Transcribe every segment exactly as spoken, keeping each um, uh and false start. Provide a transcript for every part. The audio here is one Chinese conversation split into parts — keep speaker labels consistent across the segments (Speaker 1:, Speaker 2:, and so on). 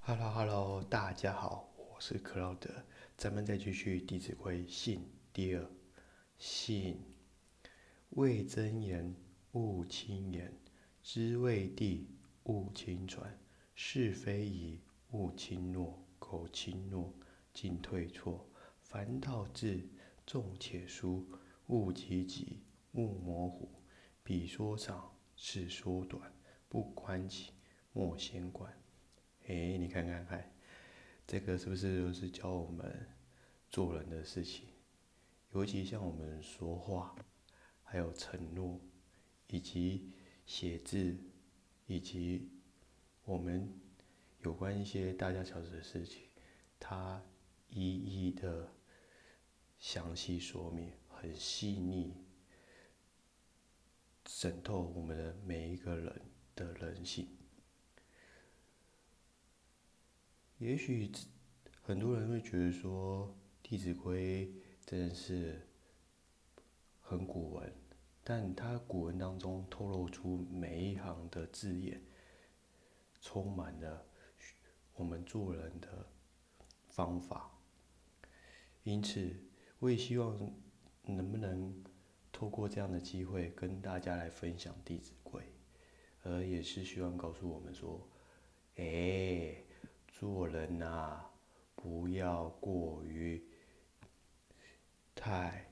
Speaker 1: Hello Hello，大家好，我是克劳德，咱们再继续《弟子规》信第二。信，未真言，勿轻言；知未地，勿轻传；是非疑，勿轻诺；口轻诺，进退错；凡道字，重且疏；勿急急，勿模糊；彼说长，是说短；不关己，莫先管。诶，你看看看，这个是不是就是教我们做人的事情？尤其像我们说话，还有承诺，以及写字，以及我们有关一些大大小小的事情，他一一的详细说明，很细腻，渗透我们的每一个人的人性。也许很多人会觉得说，《弟子规》真的是很古文，但它古文当中透露出每一行的字眼，充满了我们做人的方法。因此，我也希望能不能透过这样的机会跟大家来分享《弟子规》，而也是希望告诉我们说，哎，做人啊，不要过于太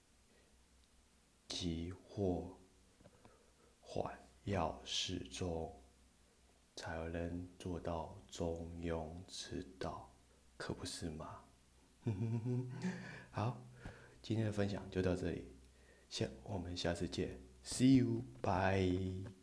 Speaker 1: 急或缓，要适中，才能做到中庸之道，可不是吗？好，今天的分享就到这里，下我们下次见，See you，bye。